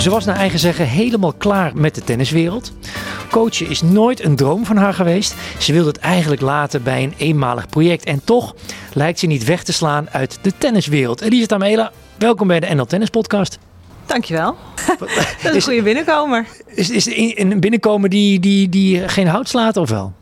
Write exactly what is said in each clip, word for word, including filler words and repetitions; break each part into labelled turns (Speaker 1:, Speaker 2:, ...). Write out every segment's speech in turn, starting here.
Speaker 1: Ze was naar eigen zeggen helemaal klaar met de tenniswereld. Coachen is nooit een droom van haar geweest. Ze wilde het eigenlijk laten bij een eenmalig project. En toch lijkt ze niet weg te slaan uit de tenniswereld. Elise Tamela, welkom bij de N L Tennis Podcast.
Speaker 2: Dankjewel. Dat is een goede binnenkomer.
Speaker 1: Is, is een binnenkomer die, die, die geen hout slaat of wel?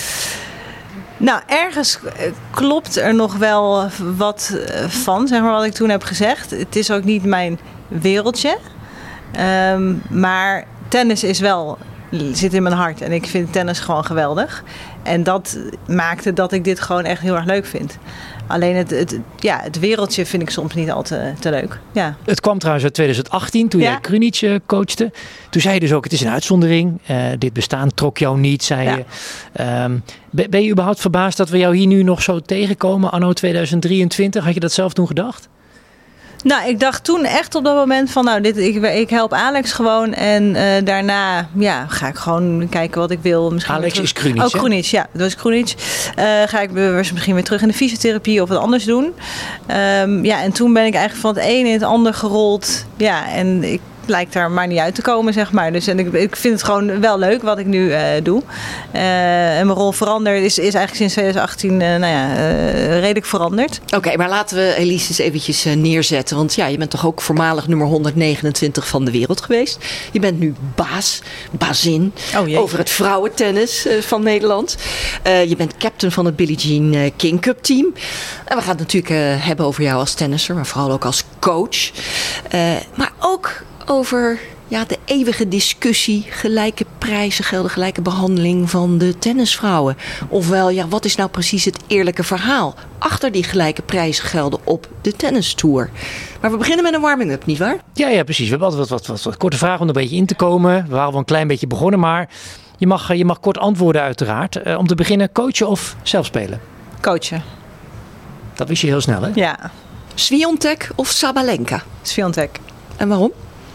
Speaker 2: Nou, ergens klopt er nog wel wat van, zeg maar, wat ik toen heb gezegd. Het is ook niet mijn wereldje. Um, maar tennis is wel, zit in mijn hart. En ik vind tennis gewoon geweldig. En dat maakte dat ik dit gewoon echt heel erg leuk vind. Alleen het, het, ja, het wereldje vind ik soms niet al te, te leuk. Ja.
Speaker 1: Het kwam trouwens uit twintig achttien toen ja. jij Krunic coachte. Toen zei je dus ook, het is een uitzondering. Uh, dit bestaan trok jou niet, zei ja. je. Um, ben je überhaupt verbaasd dat we jou hier nu nog zo tegenkomen, anno tweeduizend drieëntwintig? Had je dat zelf toen gedacht?
Speaker 2: Nou, ik dacht toen echt op dat moment van, nou, dit, ik, ik help Alex gewoon. En uh, daarna ja, ga ik gewoon kijken wat ik wil. Misschien
Speaker 1: Alex is Krunic,
Speaker 2: Oh, Krunic, ja. Dat was Krunic. Uh, ga ik misschien weer terug in de fysiotherapie of wat anders doen. Um, ja, en toen ben ik eigenlijk van het een in het ander gerold. Ja, en ik lijkt daar maar niet uit te komen, zeg maar. Dus en ik, ik vind het gewoon wel leuk wat ik nu uh, doe. Uh, en mijn rol veranderd is, is eigenlijk sinds twintig achttien uh, nou ja, uh, redelijk veranderd.
Speaker 3: Oké, okay, maar laten we Elise eens eventjes uh, neerzetten. Want ja, je bent toch ook voormalig nummer honderdnegenentwintig van de wereld geweest. Je bent nu baas, bazin oh, over het vrouwentennis uh, van Nederland. Uh, je bent captain van het Billie Jean uh, King Cup team. En we gaan het natuurlijk uh, hebben over jou als tennisser, maar vooral ook als coach. Uh, maar ook over ja, de eeuwige discussie, gelijke prijzen gelden, gelijke behandeling van de tennisvrouwen. Ofwel, ja, wat is nou precies het eerlijke verhaal achter die gelijke prijzen gelden op de tennistour? Maar we beginnen met een warming-up, nietwaar?
Speaker 1: Ja, ja, precies. We hebben altijd wat, wat, wat, wat korte vragen om er een beetje in te komen. We waren wel een klein beetje begonnen, maar je mag, je mag kort antwoorden uiteraard. Uh, om te beginnen, coachen of zelf spelen?
Speaker 2: Coachen.
Speaker 1: Dat wist je heel snel, hè?
Speaker 2: Ja.
Speaker 3: Swiatek of Sabalenka?
Speaker 2: Swiatek.
Speaker 3: En waarom?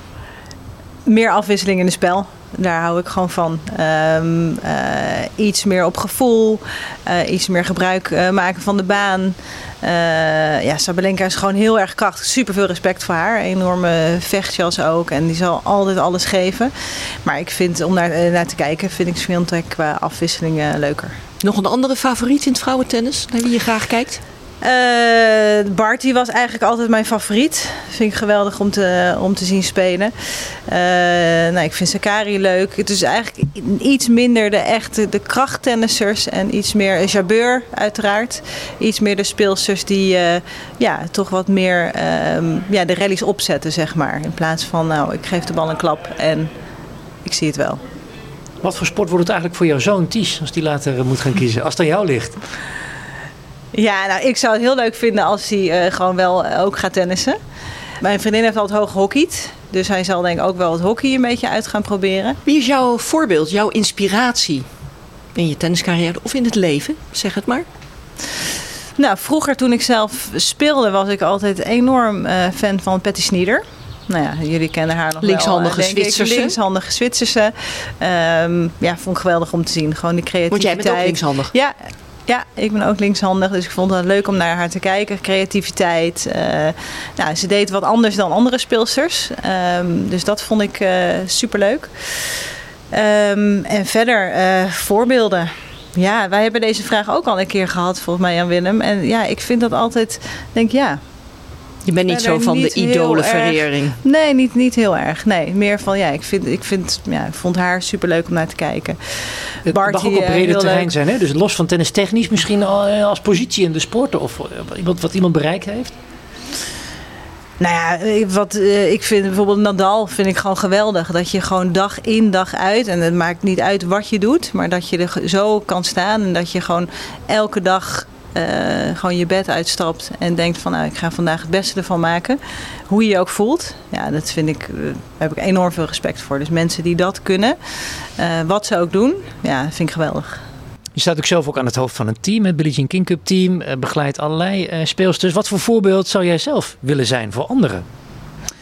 Speaker 2: Meer afwisseling in het spel. Daar hou ik gewoon van. Um, uh, iets meer op gevoel. Uh, iets meer gebruik uh, maken van de baan. Uh, ja, Sabalenka is gewoon heel erg krachtig. Super veel respect voor haar. Enorme vechtjas ook. En die zal altijd alles geven. Maar ik vind, om naar, uh, naar te kijken, vind ik Swiatek qua afwisseling uh, leuker.
Speaker 3: Nog een andere favoriet in het vrouwentennis? Naar wie je graag kijkt?
Speaker 2: Uh, Barty was eigenlijk altijd mijn favoriet. Vind ik geweldig om te, om te zien spelen. Uh, nou, ik vind Sakkari leuk. Het is eigenlijk iets minder de echte de krachttennissers en iets meer Jabeur uiteraard. Iets meer de speelsters die uh, ja, toch wat meer um, ja, de rallies opzetten, zeg maar. In plaats van, nou, ik geef de bal een klap en ik zie het wel.
Speaker 1: Wat voor sport wordt het eigenlijk voor jouw zoon Ties, als die later moet gaan kiezen, als het aan jou ligt?
Speaker 2: Ja, nou, ik zou het heel leuk vinden als hij uh, gewoon wel uh, ook gaat tennissen. Mijn vriendin heeft altijd hoog gehockeyd. Dus hij zal denk ik ook wel het hockey een beetje uit gaan proberen.
Speaker 3: Wie is jouw voorbeeld, jouw inspiratie in je tenniscarrière of in het leven? Zeg het maar.
Speaker 2: Nou, vroeger toen ik zelf speelde was ik altijd enorm uh, fan van Patti Snieder. Nou ja, jullie kennen haar nog
Speaker 3: linkshandige
Speaker 2: wel. Linkshandige
Speaker 3: Zwitserse.
Speaker 2: Linkshandige Zwitserse. Um, ja, vond ik geweldig om te zien. Gewoon die creativiteit.
Speaker 3: Want jij bent ook linkshandig?
Speaker 2: Ja. Ja, ik ben ook linkshandig, dus ik vond het leuk om naar haar te kijken. Creativiteit. Uh, nou, ze deed wat anders dan andere speelsters. Um, dus dat vond ik uh, superleuk. Um, en verder, uh, voorbeelden. Ja, wij hebben deze vraag ook al een keer gehad, volgens mij aan Willem. En ja, ik vind dat altijd, denk ja...
Speaker 3: Je bent niet zo van niet de idolenverering?
Speaker 2: Nee, niet, niet heel erg. Nee, meer van ja, ik, vind, ik, vind, ja, ik vond haar superleuk om naar te kijken.
Speaker 1: Het Bart, mag ook op brede terrein leuk. zijn, hè? Dus los van tennis technisch misschien als positie in de sport of wat, wat iemand bereikt heeft?
Speaker 2: Nou ja, wat uh, ik vind bijvoorbeeld Nadal vind ik gewoon geweldig. Dat je gewoon dag in dag uit, en het maakt niet uit wat je doet, maar dat je er zo kan staan en dat je gewoon elke dag uh, gewoon je bed uitstapt en denkt van nou, ik ga vandaag het beste ervan maken. Hoe je je ook voelt. Ja, dat vind ik, uh, daar heb ik enorm veel respect voor. Dus mensen die dat kunnen, uh, wat ze ook doen, ja, dat vind ik geweldig.
Speaker 1: Je staat ook zelf ook aan het hoofd van een team, het Billie Jean King Cup team, uh, begeleidt allerlei uh, speelsters. Wat voor voorbeeld zou jij zelf willen zijn voor anderen?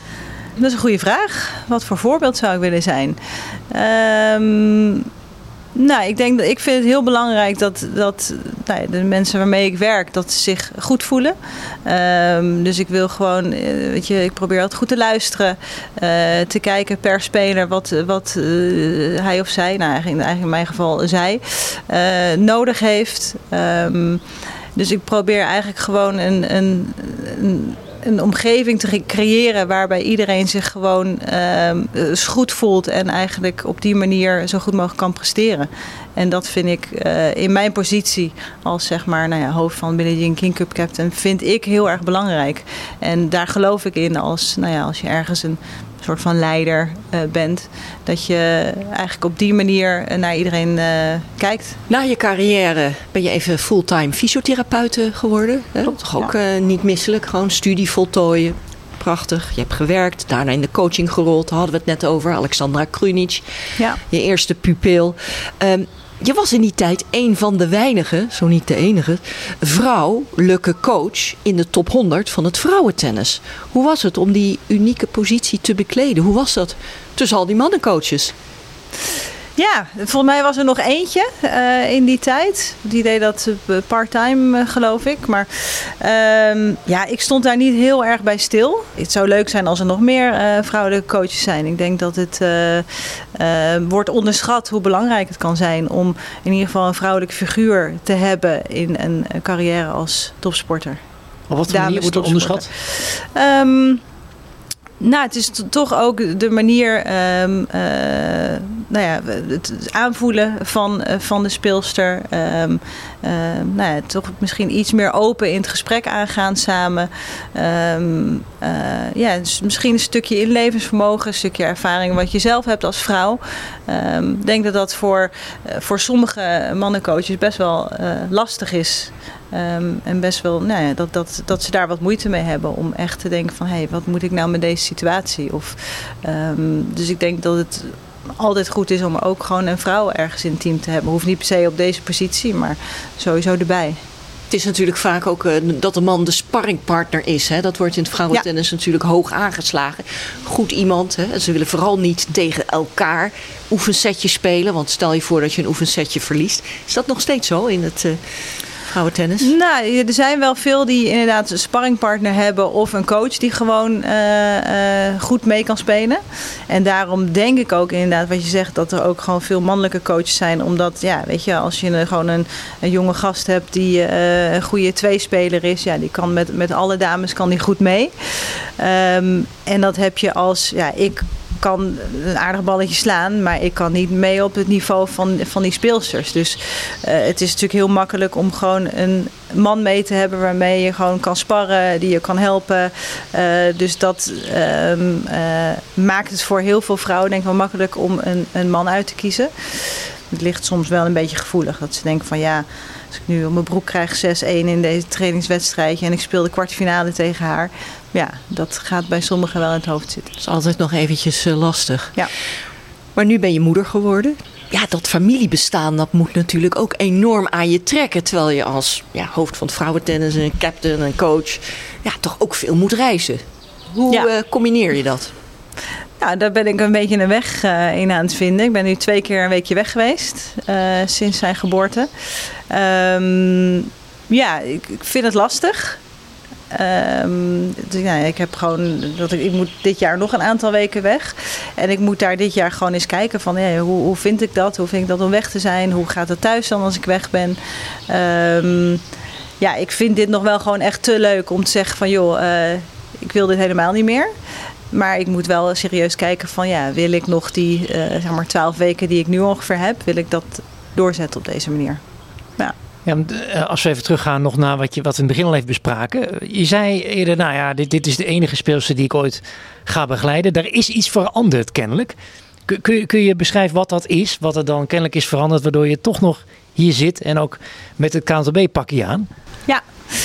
Speaker 2: Dat is een goede vraag. Wat voor voorbeeld zou ik willen zijn? Um, Nou, ik denk dat ik vind het heel belangrijk dat, dat nou, de mensen waarmee ik werk, dat ze zich goed voelen. Um, dus ik wil gewoon, weet je, ik probeer altijd goed te luisteren, uh, te kijken per speler wat, wat uh, hij of zij, nou eigenlijk, eigenlijk in mijn geval zij, uh, nodig heeft. Um, dus ik probeer eigenlijk gewoon een, een, een een omgeving te creëren waarbij iedereen zich gewoon uh, goed voelt en eigenlijk op die manier zo goed mogelijk kan presteren. En dat vind ik uh, in mijn positie als zeg maar, nou ja, hoofd van Billie Jean King Cup Captain vind ik heel erg belangrijk. En daar geloof ik in als, nou ja, als je ergens een soort van leider uh, bent. Dat je eigenlijk op die manier naar iedereen uh, kijkt.
Speaker 3: Na je carrière ben je even fulltime fysiotherapeute geworden. Hè?
Speaker 2: Klopt,
Speaker 3: Toch ook
Speaker 2: ja.
Speaker 3: uh, niet misselijk. Gewoon studie voltooien. Prachtig. Je hebt gewerkt. Daarna in de coaching gerold. Daar hadden we het net over. Alexandra Krunic.
Speaker 2: Ja.
Speaker 3: Je eerste pupil. Um, Je was in die tijd een van de weinige, zo niet de enige, vrouwelijke coach in de top honderd van het vrouwentennis. Hoe was het om die unieke positie te bekleden? Hoe was dat tussen al die mannencoaches?
Speaker 2: Ja, volgens mij was er nog eentje uh, in die tijd. Die deed dat uh, part-time, uh, geloof ik. Maar uh, ja, ik stond daar niet heel erg bij stil. Het zou leuk zijn als er nog meer uh, vrouwelijke coaches zijn. Ik denk dat het uh, uh, wordt onderschat hoe belangrijk het kan zijn om in ieder geval een vrouwelijke figuur te hebben in een carrière als topsporter.
Speaker 1: Op wat voor manier wordt het onderschat?
Speaker 2: Um, Nou, het is t- toch ook de manier, um, uh, nou ja, het aanvoelen van, uh, van de speelster. Um, uh, nou ja, toch misschien iets meer open in het gesprek aangaan samen. Um, uh, ja, dus misschien een stukje inlevingsvermogen, een stukje ervaring wat je zelf hebt als vrouw. Um, ik denk dat dat voor, uh, voor sommige mannencoaches best wel uh, lastig is. Um, en best wel, nou ja, dat, dat, dat ze daar wat moeite mee hebben om echt te denken van, hé, hey, wat moet ik nou met deze situatie? Of, um, dus ik denk dat het altijd goed is om ook gewoon een vrouw ergens in het team te hebben. Hoeft niet per se op deze positie, maar sowieso erbij.
Speaker 3: Het is natuurlijk vaak ook uh, dat de man de sparringpartner is. Hè? Dat wordt in het vrouwentennis ja. natuurlijk hoog aangeslagen. Goed iemand. Hè? Ze willen vooral niet tegen elkaar oefensetjes spelen. Want stel je voor dat je een oefensetje verliest. Is dat nog steeds zo in het... Uh, vrouwentennis?
Speaker 2: Nou, er zijn wel veel die inderdaad een sparringpartner hebben of een coach die gewoon uh, uh, goed mee kan spelen. En daarom denk ik ook inderdaad wat je zegt dat er ook gewoon veel mannelijke coaches zijn. Omdat, ja, weet je, als je een, gewoon een, een jonge gast hebt die uh, een goede tweespeler is, ja, die kan met, met alle dames kan die goed mee. Um, en dat heb je als, ja, ik kan een aardig balletje slaan, maar ik kan niet mee op het niveau van, van die speelsters. Dus uh, het is natuurlijk heel makkelijk om gewoon een man mee te hebben waarmee je gewoon kan sparren, die je kan helpen. Uh, dus dat um, uh, maakt het voor heel veel vrouwen denk ik wel makkelijk om een, een man uit te kiezen. Het ligt soms wel een beetje gevoelig. Dat ze denken van ja, als ik nu op mijn broek krijg zes een in deze trainingswedstrijdje en ik speel de kwartfinale tegen haar. Ja, dat gaat bij sommigen wel in het hoofd zitten.
Speaker 3: Dat is altijd nog eventjes uh, lastig.
Speaker 2: Ja.
Speaker 3: Maar nu ben je moeder geworden. Ja, dat familiebestaan, dat moet natuurlijk ook enorm aan je trekken. Terwijl je als ja, hoofd van het vrouwentennis, een captain, een coach, ja, toch ook veel moet reizen. Hoe ja. uh, combineer je dat?
Speaker 2: Nou, daar ben ik een beetje een weg uh, in aan het vinden. Ik ben nu twee keer een weekje weg geweest uh, sinds zijn geboorte. Um, ja, ik, ik vind het lastig. Um, dus, ja, ik heb gewoon dat ik, ik moet dit jaar nog een aantal weken weg. En ik moet daar dit jaar gewoon eens kijken van ja, hoe, hoe vind ik dat? Hoe vind ik dat om weg te zijn? Hoe gaat het thuis dan als ik weg ben? Um, ja, ik vind dit nog wel gewoon echt te leuk om te zeggen van joh, uh, ik wil dit helemaal niet meer. Maar ik moet wel serieus kijken van ja, wil ik nog die uh, zeg maar twaalf weken die ik nu ongeveer heb, wil ik dat doorzetten op deze manier? Ja.
Speaker 1: Ja, als we even teruggaan nog naar wat, je, wat we in het begin al even bespraken. Je zei eerder, nou ja, dit, dit is de enige speelster die ik ooit ga begeleiden. Daar is iets veranderd kennelijk. Kun, kun, je, kun je beschrijven wat dat is? Wat er dan kennelijk is veranderd waardoor je toch nog hier zit en ook met het K N T B pakje aan?
Speaker 2: Ja,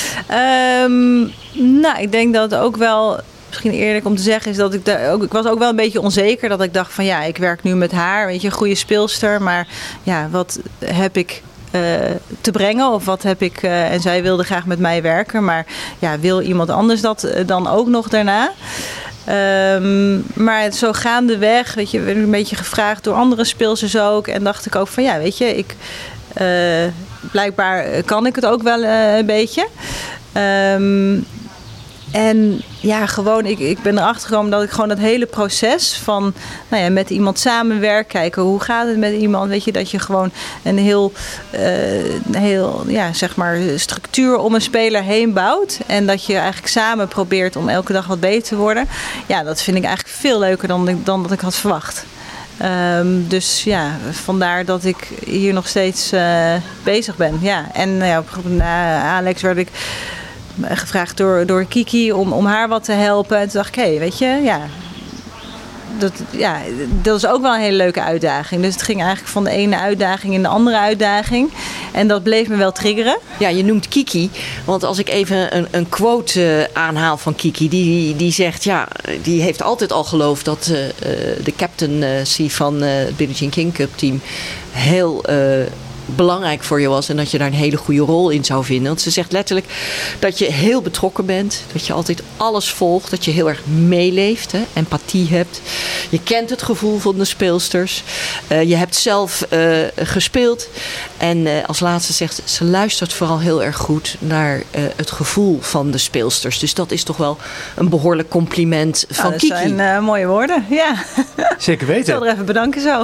Speaker 2: um, nou ik denk dat het ook wel... Misschien eerlijk om te zeggen is dat ik daar ook, ik was ook wel een beetje onzeker. Dat ik dacht van ja, ik werk nu met haar, weet je, een goede speelster. Maar ja, wat heb ik uh, te brengen? Of wat heb ik, uh, en zij wilde graag met mij werken. Maar ja, wil iemand anders dat uh, dan ook nog daarna? Um, maar zo gaandeweg, weet je, werd ik een beetje gevraagd door andere speelsters ook. En dacht ik ook van ja, weet je, ik, uh, blijkbaar kan ik het ook wel uh, een beetje. Um, En ja, gewoon, ik, ik ben erachter gekomen dat ik gewoon dat hele proces van nou ja, met iemand samenwerken, kijken hoe gaat het met iemand, weet je, dat je gewoon een heel, uh, een heel ja, zeg maar, structuur om een speler heen bouwt. En dat je eigenlijk samen probeert om elke dag wat beter te worden. Ja, dat vind ik eigenlijk veel leuker dan, dan dat ik had verwacht. Um, dus ja, vandaar dat ik hier nog steeds uh, bezig ben. Ja, en uh, ja, na Alex werd ik gevraagd door, door Kiki om, om haar wat te helpen. En toen dacht ik, hé, hey, weet je, ja dat, ja, dat is ook wel een hele leuke uitdaging. Dus het ging eigenlijk van de ene uitdaging in de andere uitdaging. En dat bleef me wel triggeren.
Speaker 3: Ja, je noemt Kiki. Want als ik even een, een quote uh, aanhaal van Kiki. Die, die zegt, ja, die heeft altijd al geloofd dat uh, de captaincy van uh, het Billie Jean King Cup team heel Uh, belangrijk voor je was en dat je daar een hele goede rol in zou vinden. Want ze zegt letterlijk dat je heel betrokken bent, dat je altijd alles volgt, dat je heel erg meeleeft, hè, empathie hebt. Je kent het gevoel van de speelsters. Uh, je hebt zelf uh, gespeeld. En uh, als laatste zegt ze luistert vooral heel erg goed naar uh, het gevoel van de speelsters. Dus dat is toch wel een behoorlijk compliment van
Speaker 2: nou, dat
Speaker 3: Kiki.
Speaker 2: Dat zijn uh, mooie woorden, ja.
Speaker 1: Zeker weten.
Speaker 2: Ik wil er even bedanken zo.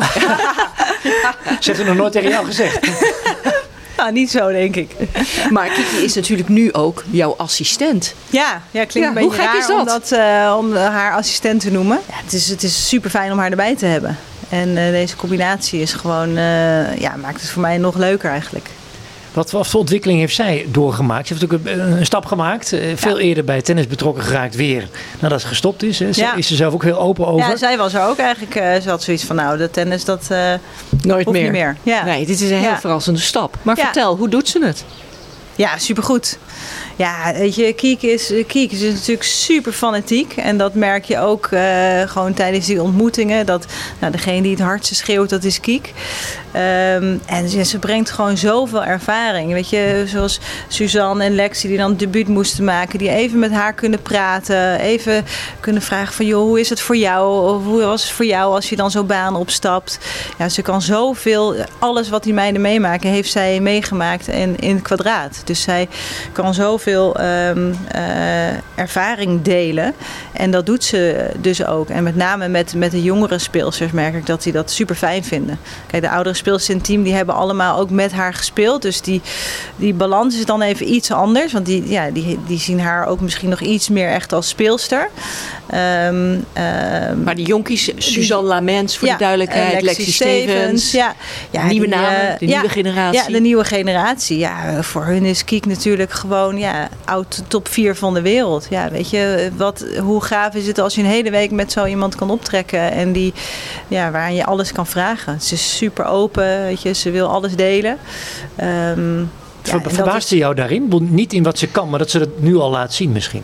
Speaker 1: Ze heeft het nog nooit tegen jou gezegd.
Speaker 2: Nou, niet zo, denk ik.
Speaker 3: Maar Kiki is natuurlijk nu ook jouw assistent.
Speaker 2: Ja, ja klinkt
Speaker 3: ja,
Speaker 2: een beetje
Speaker 3: hoe gek
Speaker 2: raar
Speaker 3: is dat?
Speaker 2: om, dat, uh, om haar assistent te noemen. Ja, het is, het is super fijn om haar erbij te hebben. En uh, deze combinatie is gewoon, uh, ja, maakt het voor mij nog leuker eigenlijk.
Speaker 1: Wat, wat voor ontwikkeling heeft zij doorgemaakt? Ze heeft ook een, een stap gemaakt. Uh, veel ja. eerder bij tennis betrokken geraakt weer nadat ze gestopt is. Hè. Ze, ja. Is ze zelf ook heel open over.
Speaker 2: Ja, zij was er ook eigenlijk. Uh, ze had zoiets van, nou, de tennis, dat uh,
Speaker 3: nooit meer.
Speaker 2: Niet meer. Ja.
Speaker 3: Nee, dit is een heel
Speaker 2: ja.
Speaker 3: verrassende stap. Maar
Speaker 2: ja.
Speaker 3: vertel, hoe doet ze het?
Speaker 2: Ja, supergoed. Ja, weet je, Kiek is, Kiek is natuurlijk super fanatiek. En dat merk je ook uh, gewoon tijdens die ontmoetingen. Dat nou, degene die het hardste schreeuwt, dat is Kiek. Um, en ze, ze brengt gewoon zoveel ervaring. Weet je, zoals Suzanne en Lexi die dan het debuut moesten maken. Die even met haar kunnen praten. Even kunnen vragen van, joh, hoe is het voor jou? Of hoe was het voor jou als je dan zo'n baan opstapt? Ja, ze kan zoveel, alles wat die meiden meemaken, heeft zij meegemaakt in, in het kwadraat. Dus zij kan zoveel veel um, uh, ervaring delen. En dat doet ze dus ook. En met name met, met de jongere speelsters merk ik dat die dat super fijn vinden. Kijk, de oudere speelsters in het team die hebben allemaal ook met haar gespeeld. Dus die, die balans is dan even iets anders. Want die, ja, die, die zien haar ook misschien nog iets meer echt als speelster. Um, um,
Speaker 3: maar die jonkies, Suzanne die, Lamens voor ja, de duidelijkheid, Lexi, Lexi Stevens. Stevens
Speaker 2: ja, ja,
Speaker 3: nieuwe
Speaker 2: die,
Speaker 3: namen, de
Speaker 2: ja,
Speaker 3: nieuwe generatie.
Speaker 2: Ja, de nieuwe generatie. Ja, voor hun is Kiek natuurlijk gewoon ja, oud top vier van de wereld. Ja, weet je, wat, hoe gaaf is het als je een hele week met zo iemand kan optrekken en die, ja, waar je alles kan vragen. Ze is super open, weet je, ze wil alles delen. Um,
Speaker 1: Ver, ja, verbaast ze jou daarin? Niet in wat ze kan, maar dat ze dat nu al laat zien misschien?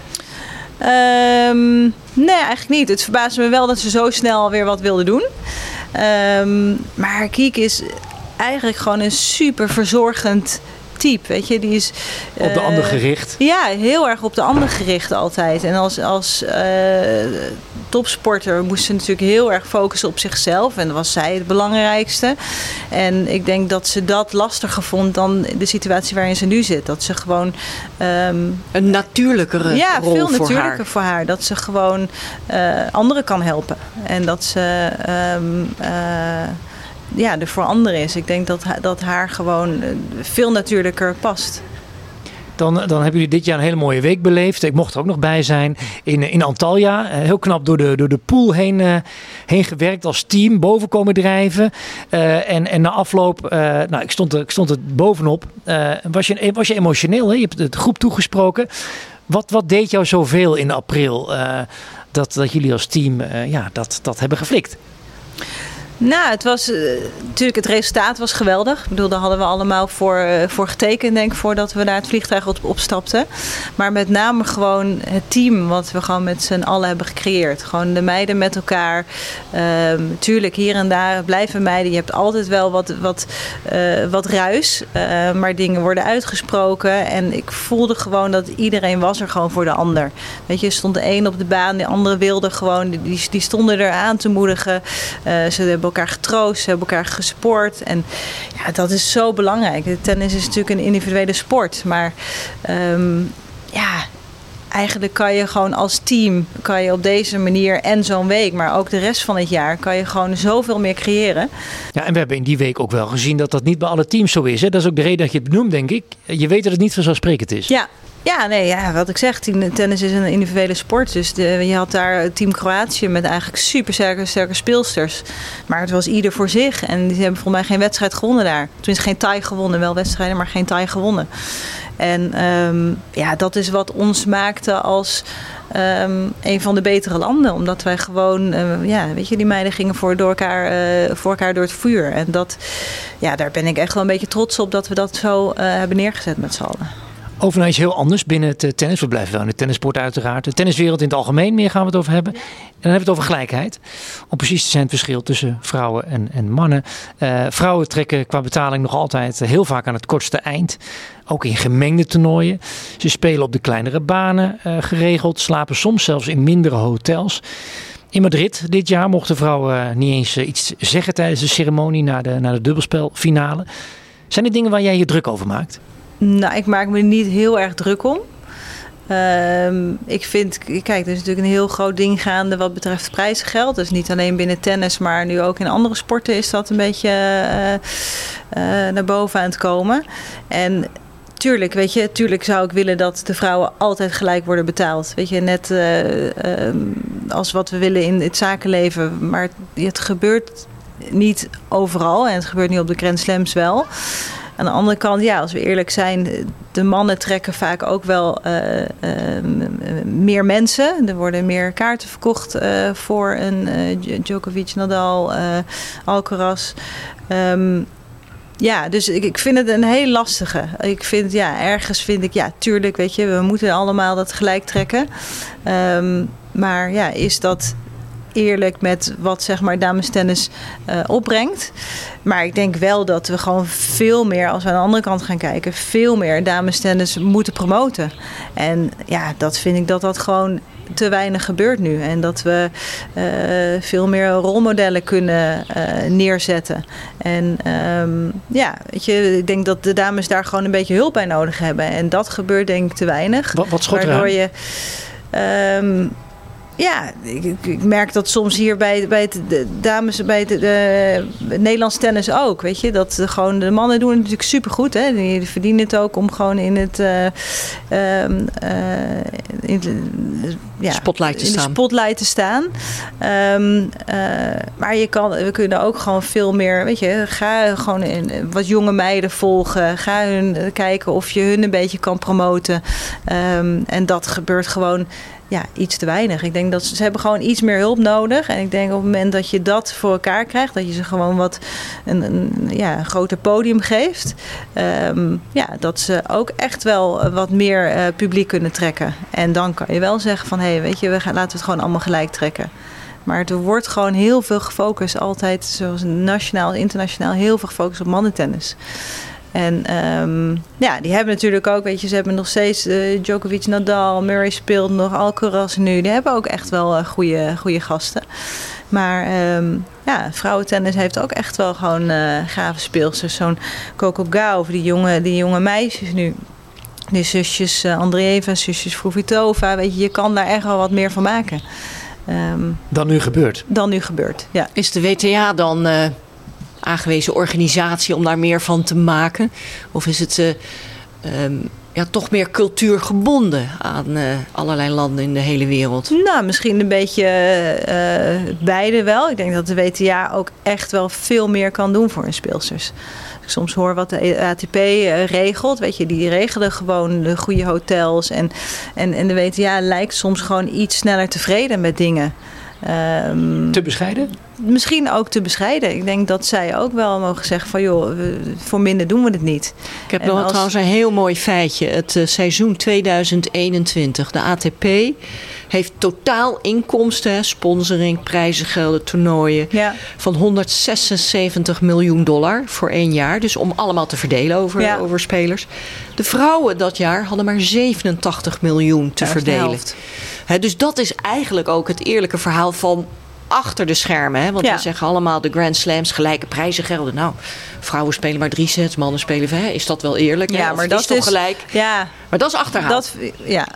Speaker 2: Um, nee, eigenlijk niet. Het verbaasde me wel dat ze zo snel weer wat wilde doen. Um, maar Kiek is eigenlijk gewoon een super verzorgend type, weet je, die is
Speaker 1: op de uh, ander gericht.
Speaker 2: Ja, heel erg op de ander gericht altijd. En als, als uh, topsporter moest ze natuurlijk heel erg focussen op zichzelf. En dat was zij het belangrijkste. En ik denk dat ze dat lastiger vond dan de situatie waarin ze nu zit. Dat ze gewoon um,
Speaker 3: een natuurlijkere
Speaker 2: ja,
Speaker 3: rol
Speaker 2: veel
Speaker 3: voor
Speaker 2: natuurlijker
Speaker 3: haar.
Speaker 2: voor haar. Dat ze gewoon uh, anderen kan helpen. En dat ze um, uh, ja, er voor anderen is. Ik denk dat, dat haar gewoon veel natuurlijker past.
Speaker 1: Dan, dan hebben jullie dit jaar een hele mooie week beleefd. Ik mocht er ook nog bij zijn in, in Antalya. Heel knap door de, door de pool heen, uh, heen gewerkt als team. Boven komen drijven. Uh, en, en na afloop, uh, nou, ik stond er, ik stond er bovenop. Uh, was, je, was je emotioneel? Hè? Je hebt de groep toegesproken. Wat, wat deed jou zoveel in april? Uh, dat, dat jullie als team uh, ja, dat, dat hebben geflikt?
Speaker 2: Nou, het was uh, natuurlijk het resultaat was geweldig. Ik bedoel, daar hadden we allemaal voor, uh, voor getekend, denk ik, voordat we naar het vliegtuig op, opstapten. Maar met name gewoon het team wat we gewoon met z'n allen hebben gecreëerd. Gewoon de meiden met elkaar. Uh, tuurlijk, hier en daar blijven meiden. Je hebt altijd wel wat, wat, uh, wat ruis. Uh, maar dingen worden uitgesproken. En ik voelde gewoon dat iedereen was er gewoon voor de ander. Weet je, er stond de een op de baan, de andere wilde gewoon. Die, die stonden er aan te moedigen. Uh, ze hebben elkaar getroost, ze hebben elkaar gesupport. En ja, dat is zo belangrijk. De tennis is natuurlijk een individuele sport. Maar um, ja, eigenlijk kan je gewoon als team, kan je op deze manier en zo'n week, maar ook de rest van het jaar, kan je gewoon zoveel meer creëren.
Speaker 1: Ja, en we hebben in die week ook wel gezien dat dat niet bij alle teams zo is. Hè? Dat is ook de reden dat je het benoemt, denk ik. Je weet dat het niet vanzelfsprekend is.
Speaker 2: Ja. Ja, nee, ja, wat ik zeg, tennis is een individuele sport. Dus de, je had daar Team Kroatië met eigenlijk super sterke, sterke speelsters. Maar het was ieder voor zich. En die hebben volgens mij geen wedstrijd gewonnen daar. Tenminste geen tie gewonnen, wel wedstrijden, maar geen tie gewonnen. En um, ja, dat is wat ons maakte als um, een van de betere landen. Omdat wij gewoon, uh, ja, weet je, die meiden gingen voor, door elkaar, uh, voor elkaar door het vuur. En dat, ja, daar ben ik echt wel een beetje trots op dat we dat zo uh, hebben neergezet met z'n allen.
Speaker 1: Over naar iets heel anders binnen het tennis. We blijven wel in de tennissport uiteraard. De tenniswereld in het algemeen, meer gaan we het over hebben. En dan hebben we het over gelijkheid. Om precies te zijn het verschil tussen vrouwen en, en mannen. Uh, vrouwen trekken qua betaling nog altijd heel vaak aan het kortste eind. Ook in gemengde toernooien. Ze spelen op de kleinere banen uh, geregeld. Slapen soms zelfs in mindere hotels. In Madrid dit jaar mochten vrouwen uh, niet eens uh, iets zeggen tijdens de ceremonie na de, na de dubbelspelfinale. Zijn er dingen waar jij je druk over maakt?
Speaker 2: Nou, ik maak me er niet heel erg druk om. Uh, ik vind, kijk, er is natuurlijk een heel groot ding gaande wat betreft prijzengeld. Dus niet alleen binnen tennis, maar nu ook in andere sporten is dat een beetje uh, uh, naar boven aan het komen. En tuurlijk, weet je, tuurlijk zou ik willen dat de vrouwen altijd gelijk worden betaald. Weet je, net uh, uh, als wat we willen in het zakenleven. Maar het, het gebeurt niet overal en het gebeurt nu op de Grand Slams wel. Aan de andere kant, ja, als we eerlijk zijn, de mannen trekken vaak ook wel uh, uh, meer mensen. Er worden meer kaarten verkocht uh, voor een uh, Djokovic, Nadal, uh, Alcaraz. Um, ja, dus ik, ik vind het een heel lastige. Ik vind, ja, ergens vind ik, ja, tuurlijk, weet je, we moeten allemaal dat gelijk trekken. Um, maar ja, is dat eerlijk met wat, zeg maar, damestennis uh, opbrengt. Maar ik denk wel dat we gewoon veel meer, als we aan de andere kant gaan kijken, veel meer damestennis moeten promoten. En ja, dat vind ik dat dat gewoon te weinig gebeurt nu. En dat we uh, veel meer rolmodellen kunnen uh, neerzetten. En um, ja, weet je, ik denk dat de dames daar gewoon een beetje hulp bij nodig hebben. En dat gebeurt denk ik te weinig.
Speaker 1: Wat, wat schot
Speaker 2: waardoor
Speaker 1: eraan?
Speaker 2: je um, Ja, ik, ik merk dat soms hier bij, bij het, de dames, bij het, de, het Nederlands tennis ook. Weet je, dat de, gewoon, de mannen doen het natuurlijk supergoed. Hè? Die, die verdienen het ook om gewoon in het uh, um, uh, in, uh, ja,
Speaker 3: spotlight te
Speaker 2: in de
Speaker 3: staan.
Speaker 2: spotlight te staan. Um, uh, maar je kan, we kunnen ook gewoon veel meer, weet je, ga gewoon in, wat jonge meiden volgen. Ga hun kijken of je hun een beetje kan promoten. Um, en dat gebeurt gewoon. Ja, iets te weinig. Ik denk dat ze, ze hebben gewoon iets meer hulp nodig. En ik denk op het moment dat je dat voor elkaar krijgt, dat je ze gewoon wat een, een, ja, een groter podium geeft. Um, ja, dat ze ook echt wel wat meer uh, publiek kunnen trekken. En dan kan je wel zeggen van, hé, hey, weet je, we gaan, laten we het gewoon allemaal gelijk trekken. Maar er wordt gewoon heel veel gefocust, altijd zoals nationaal, internationaal, heel veel gefocust op mannentennis. En um, ja, die hebben natuurlijk ook, weet je, ze hebben nog steeds uh, Djokovic, Nadal, Murray speelt nog, Alcaraz nu. Die hebben ook echt wel uh, goede, goede gasten. Maar um, ja, vrouwentennis heeft ook echt wel gewoon uh, gave speelsters. Zo'n Coco Gauff, die jonge, die jonge meisjes nu. Die zusjes uh, Andreeva, zusjes Fruhvirtova. Weet je, je kan daar echt wel wat meer van maken. Um,
Speaker 1: dan nu gebeurt.
Speaker 2: Dan nu gebeurt, ja.
Speaker 3: Is de W T A dan Uh... aangewezen organisatie om daar meer van te maken? Of is het uh, um, ja, toch meer cultuurgebonden aan uh, allerlei landen in de hele wereld?
Speaker 2: Nou, misschien een beetje uh, beide wel. Ik denk dat de W T A ook echt wel veel meer kan doen voor hun speelsters. Als ik soms hoor wat de A T P uh, regelt, weet je, die regelen gewoon de goede hotels. En, en, en de W T A lijkt soms gewoon iets sneller tevreden met dingen. Um,
Speaker 1: te bescheiden?
Speaker 2: Misschien ook te bescheiden. Ik denk dat zij ook wel mogen zeggen van joh, voor minder doen we het niet.
Speaker 3: Ik heb nog als... trouwens een heel mooi feitje. Het uh, seizoen tweeduizend eenentwintig, de A T P heeft totaal inkomsten, sponsoring, prijzengelden, toernooien ja. van honderdzesenzeventig miljoen dollar voor één jaar. Dus om allemaal te verdelen over, ja. over spelers. De vrouwen dat jaar hadden maar zevenentachtig miljoen te ja, verdelen. He, dus dat is eigenlijk ook het eerlijke verhaal van achter de schermen. Hè? Want ja. we zeggen allemaal de Grand Slams, gelijke prijzen gelden. Nou, vrouwen spelen maar drie sets, mannen spelen vijf. Is dat wel eerlijk?
Speaker 2: Ja, maar dat
Speaker 3: is toch gelijk?
Speaker 2: Ja.
Speaker 3: Maar dat is achterhaald.
Speaker 2: Dat, ja.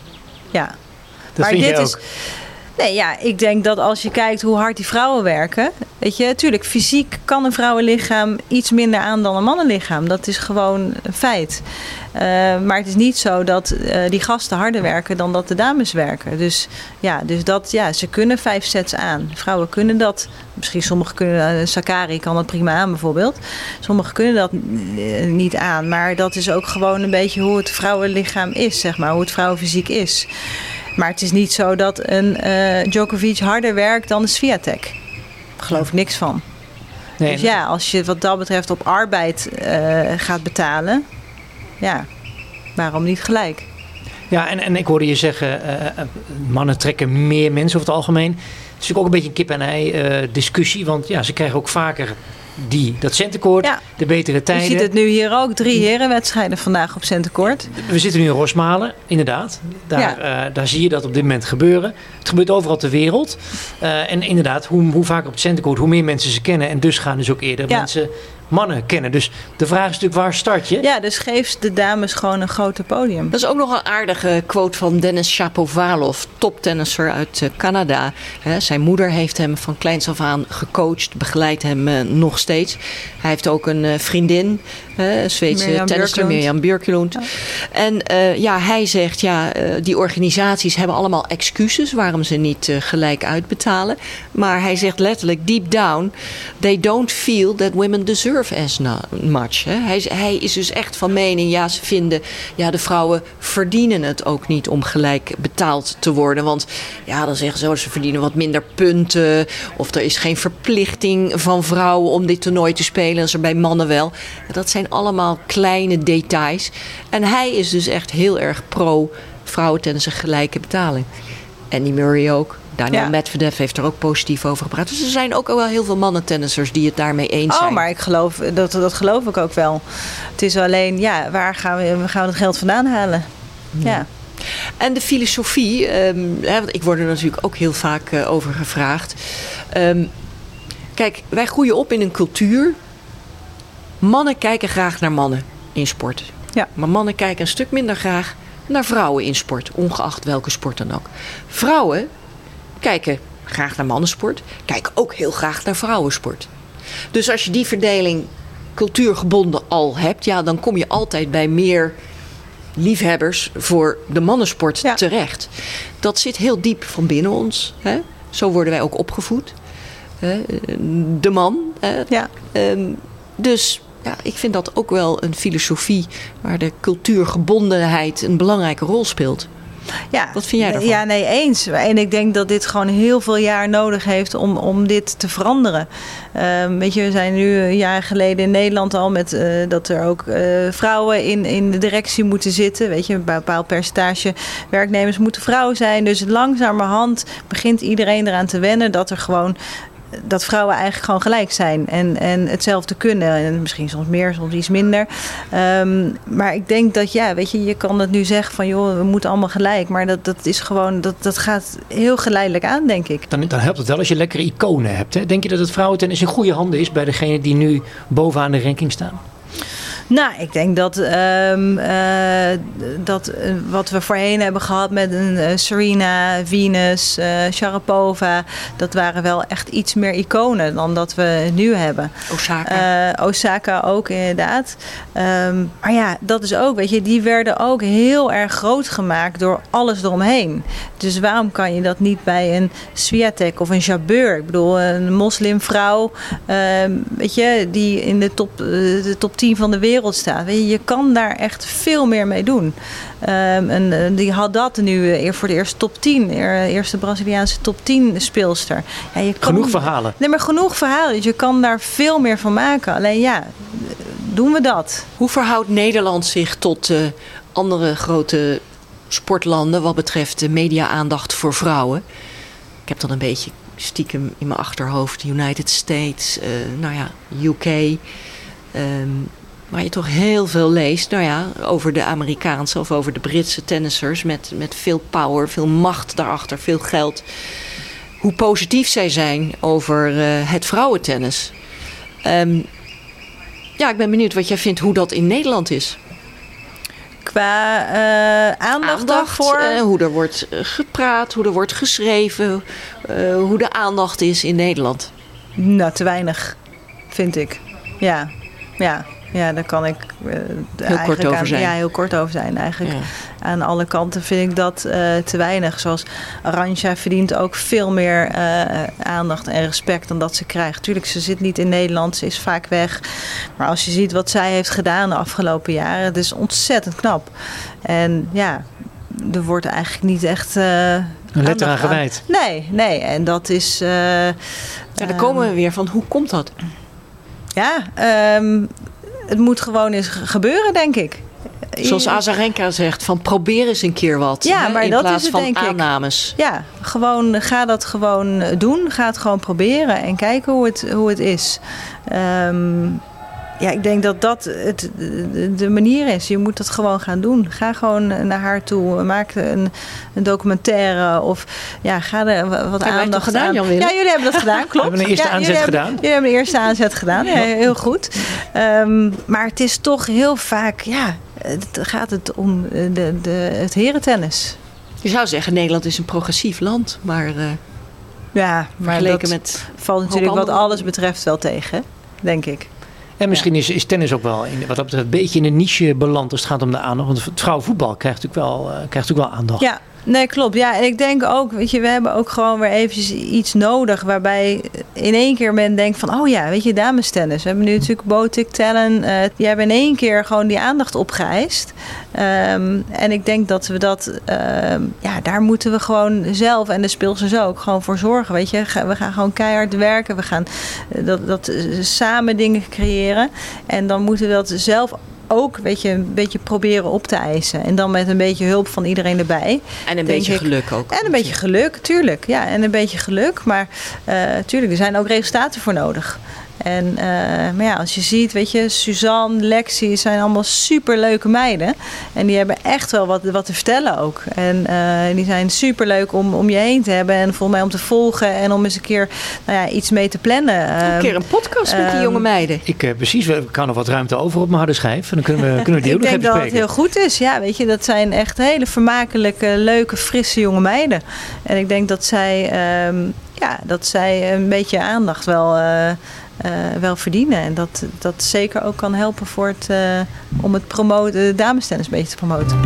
Speaker 2: ja.
Speaker 1: Dat
Speaker 2: maar
Speaker 1: vind
Speaker 2: dit
Speaker 1: je
Speaker 2: is.
Speaker 1: ook.
Speaker 2: Nee, ja, ik denk dat als je kijkt hoe hard die vrouwen werken. Weet je, natuurlijk, fysiek kan een vrouwenlichaam iets minder aan dan een mannenlichaam. Dat is gewoon een feit. Uh, maar het is niet zo dat uh, die gasten harder werken dan dat de dames werken. Dus ja, dus dat, ja, ze kunnen vijf sets aan. Vrouwen kunnen dat. Misschien sommigen kunnen, uh, Sakkari kan dat prima aan bijvoorbeeld. Sommigen kunnen dat uh, niet aan. Maar dat is ook gewoon een beetje hoe het vrouwenlichaam is, zeg maar. Hoe het vrouwenfysiek is. Maar het is niet zo dat een uh, Djokovic harder werkt dan de Swiatek. Daar geloof ik niks van. Nee, dus ja, als je wat dat betreft op arbeid uh, gaat betalen, ja, waarom niet gelijk?
Speaker 1: Ja, en, en ik hoorde je zeggen, uh, mannen trekken meer mensen over het algemeen. Het is natuurlijk ook een beetje een kip-en-ei uh, discussie, want ja, ze krijgen ook vaker die, dat centenkoord, ja. de betere tijden.
Speaker 2: Je ziet het nu hier ook, drie herenwedstrijden vandaag op centenkoord.
Speaker 1: We zitten nu in Rosmalen, inderdaad. Daar, ja. uh, daar zie je dat op dit moment gebeuren. Het gebeurt overal ter wereld. Uh, en inderdaad, hoe, hoe vaker op het centenkoord, hoe meer mensen ze kennen. En dus gaan dus ook eerder ja. mensen mannen kennen. Dus de vraag is natuurlijk, waar start je?
Speaker 2: Ja, dus geef de dames gewoon een groter podium.
Speaker 3: Dat is ook nog een aardige quote van Denis Shapovalov, toptennisser uit uh, Canada. He, zijn moeder heeft hem van kleins af aan gecoacht, begeleidt hem uh, nog steeds. Hij heeft ook een uh, vriendin, uh, Zweedse tennisser, Mirjam Björklund. Ja. En uh, ja, hij zegt, ja, uh, die organisaties hebben allemaal excuses waarom ze niet uh, gelijk uitbetalen. Maar hij zegt letterlijk, deep down, they don't feel that women deserve as much. Hè. Hij, hij is dus echt van mening, ja, ze vinden, ja, de vrouwen verdienen het ook niet om gelijk betaald te worden. Want ja, dan zeggen ze, oh, ze verdienen wat minder punten. Of er is geen verplichting van vrouwen om dit toernooi te spelen. Dat is er bij mannen wel. Dat zijn allemaal kleine details. En hij is dus echt heel erg pro vrouwentennis en gelijke betaling. Andy Murray ook. Daniel ja. Medvedev heeft er ook positief over gepraat. Dus er zijn ook wel heel veel mannentennissers die het daarmee eens zijn.
Speaker 2: Oh, maar ik geloof, dat, dat geloof ik ook wel. Het is alleen, ja, waar gaan we, gaan we het geld vandaan halen? Ja. ja.
Speaker 3: En de filosofie, um, hè, want ik word er natuurlijk ook heel vaak uh, over gevraagd. Um, kijk, wij groeien op in een cultuur. Mannen kijken graag naar mannen in sport.
Speaker 2: Ja.
Speaker 3: Maar mannen kijken een stuk minder graag naar vrouwen in sport. Ongeacht welke sport dan ook. Vrouwen kijken graag naar mannensport. Kijken ook heel graag naar vrouwensport. Dus als je die verdeling cultuurgebonden al hebt, ja, dan kom je altijd bij meer liefhebbers voor de mannensport ja. terecht. Dat zit heel diep van binnen ons. Hè? Zo worden wij ook opgevoed. Hè? De man. Hè?
Speaker 2: Ja.
Speaker 3: Um, dus ja, ik vind dat ook wel een filosofie waar de cultuurgebondenheid een belangrijke rol speelt.
Speaker 2: Ja,
Speaker 3: wat vind jij daarvan?
Speaker 2: Ja, nee, eens. En ik denk dat dit gewoon heel veel jaar nodig heeft om, om dit te veranderen. Uh, weet je, we zijn nu een jaar geleden in Nederland al met uh, dat er ook uh, vrouwen in, in de directie moeten zitten. Weet je, een bepaald percentage werknemers moeten vrouwen zijn. Dus langzamerhand begint iedereen eraan te wennen dat er gewoon dat vrouwen eigenlijk gewoon gelijk zijn en, en hetzelfde kunnen. En misschien soms meer, soms iets minder. Um, maar ik denk dat, ja, weet je, je kan het nu zeggen van, joh, we moeten allemaal gelijk. Maar dat, dat is gewoon, dat, dat gaat heel geleidelijk aan, denk ik. Dan,
Speaker 1: dan helpt het wel als je lekkere iconen hebt. Hè? Denk je dat het vrouwentennis in goede handen is bij degenen die nu bovenaan de ranking staan?
Speaker 2: Nou, ik denk dat, um, uh, dat uh, wat we voorheen hebben gehad met een uh, Serena, Venus, uh, Sharapova, dat waren wel echt iets meer iconen dan dat we nu hebben.
Speaker 3: Osaka.
Speaker 2: Uh, Osaka ook inderdaad. Um, maar ja, dat is ook, weet je, die werden ook heel erg groot gemaakt door alles eromheen. Dus waarom kan je dat niet bij een Swiatek of een Jabeur? Ik bedoel, een moslimvrouw, uh, weet je, die in de top, uh, de top tien van de wereld wereld staat. Weet je, je kan daar echt veel meer mee doen. Um, en uh, die had dat nu uh, voor de eerste top tien. Uh, eerste Braziliaanse top tien speelster. Ja, je kan,
Speaker 1: genoeg verhalen.
Speaker 2: Nee, maar genoeg verhalen. Dus je kan daar veel meer van maken. Alleen ja, doen we dat.
Speaker 3: Hoe verhoudt Nederland zich tot uh, andere grote sportlanden wat betreft de media-aandacht voor vrouwen? Ik heb dan een beetje stiekem in mijn achterhoofd United States, uh, nou ja, U K. Um, waar je toch heel veel leest, nou ja, over de Amerikaanse of over de Britse tennissers met, met veel power, veel macht daarachter, veel geld. Hoe positief zij zijn over uh, het vrouwentennis. Um, ja, ik ben benieuwd wat jij vindt hoe dat in Nederland is.
Speaker 2: Qua uh, aandacht, aandacht daarvoor?
Speaker 3: Uh, hoe er wordt gepraat, hoe er wordt geschreven, uh, hoe de aandacht is in Nederland.
Speaker 2: Nou, te weinig, vind ik. Ja, ja. Ja, daar kan ik uh,
Speaker 3: heel kort over
Speaker 2: aan,
Speaker 3: zijn.
Speaker 2: Ja, heel kort over zijn. Eigenlijk ja. Aan alle kanten vind ik dat uh, te weinig. Zoals Arantxa verdient ook veel meer uh, aandacht en respect dan dat ze krijgt. Tuurlijk, ze zit niet in Nederland, ze is vaak weg. Maar als je ziet wat zij heeft gedaan de afgelopen jaren, het is ontzettend knap. En ja, er wordt eigenlijk niet echt Uh,
Speaker 1: een letter aan gewijd.
Speaker 2: Nee, nee. En dat is Uh,
Speaker 3: ja, dan komen we weer van, hoe komt dat?
Speaker 2: Ja, um, het moet gewoon eens gebeuren, denk ik.
Speaker 3: Zoals Azarenka zegt, van probeer eens een keer wat.
Speaker 2: Ja,
Speaker 3: hè,
Speaker 2: maar
Speaker 3: in
Speaker 2: dat
Speaker 3: plaats
Speaker 2: is het,
Speaker 3: van
Speaker 2: denk
Speaker 3: aannames.
Speaker 2: Ik. Ja, gewoon, ga dat gewoon doen. Ga het gewoon proberen en kijken hoe het, hoe het is. Um, ja, ik denk dat dat het, de manier is. Je moet dat gewoon gaan doen. Ga gewoon naar haar toe. Maak een, een documentaire. Of ja, ga er wat
Speaker 3: Heb
Speaker 2: aandacht
Speaker 3: gedaan,
Speaker 2: aan.
Speaker 3: Jan Willem?
Speaker 2: Ja, jullie hebben dat gedaan, klopt.
Speaker 1: We hebben een eerste
Speaker 2: ja,
Speaker 1: aanzet
Speaker 2: jullie
Speaker 1: gedaan.
Speaker 2: Hebben, jullie hebben een eerste aanzet gedaan. Ja, heel goed. Um, maar het is toch heel vaak, ja, het gaat het om de, de, het herentennis.
Speaker 3: Je zou zeggen, Nederland is een progressief land. Maar, uh,
Speaker 2: ja, maar dat
Speaker 3: met
Speaker 2: valt natuurlijk wat alles betreft wel tegen, denk ik.
Speaker 1: En misschien is, is tennis ook wel in, wat dat betreft een beetje in een niche beland als het gaat om de aandacht. Want het vrouwenvoetbal krijgt natuurlijk wel, uh, krijgt natuurlijk wel aandacht.
Speaker 2: Ja, nee, klopt. Ja, en ik denk ook, weet je, we hebben ook gewoon weer eventjes iets nodig waarbij in één keer men denkt van, oh ja, weet je, damestennis. We hebben nu natuurlijk Botic, Tellen. Uh, die hebben in één keer gewoon die aandacht opgeëist. Um, en ik denk dat we dat, um, ja, daar moeten we gewoon zelf en de speelsters ook gewoon voor zorgen. Weet je, we gaan gewoon keihard werken. We gaan uh, dat, dat uh, samen dingen creëren. En dan moeten we dat zelf ook, weet je, een beetje proberen op te eisen. En dan met een beetje hulp van iedereen erbij.
Speaker 3: En een beetje ik. geluk ook.
Speaker 2: En een beetje geluk, tuurlijk. Ja, en een beetje geluk. Maar uh, tuurlijk, er zijn ook resultaten voor nodig. En, uh, maar ja, als je ziet, weet je, Suzanne, Lexi zijn allemaal superleuke meiden. En die hebben echt wel wat, wat te vertellen ook. En uh, die zijn superleuk om, om je heen te hebben. En volgens mij om te volgen. En om eens een keer nou ja, iets mee te plannen.
Speaker 3: Een keer een podcast uh, met die jonge meiden.
Speaker 1: Ik uh, precies, we kan nog wat ruimte over op mijn harde schijf. En dan kunnen we, kunnen we die ook nog even
Speaker 2: spreken.
Speaker 1: Ik
Speaker 2: denk dat het heel goed is. Ja, weet je, dat zijn echt hele vermakelijke, leuke, frisse jonge meiden. En ik denk dat zij, um, ja, dat zij een beetje aandacht wel Uh, Uh, wel verdienen. En dat, dat zeker ook kan helpen voor het, uh, om het promoten, de damestennis een beetje te promoten.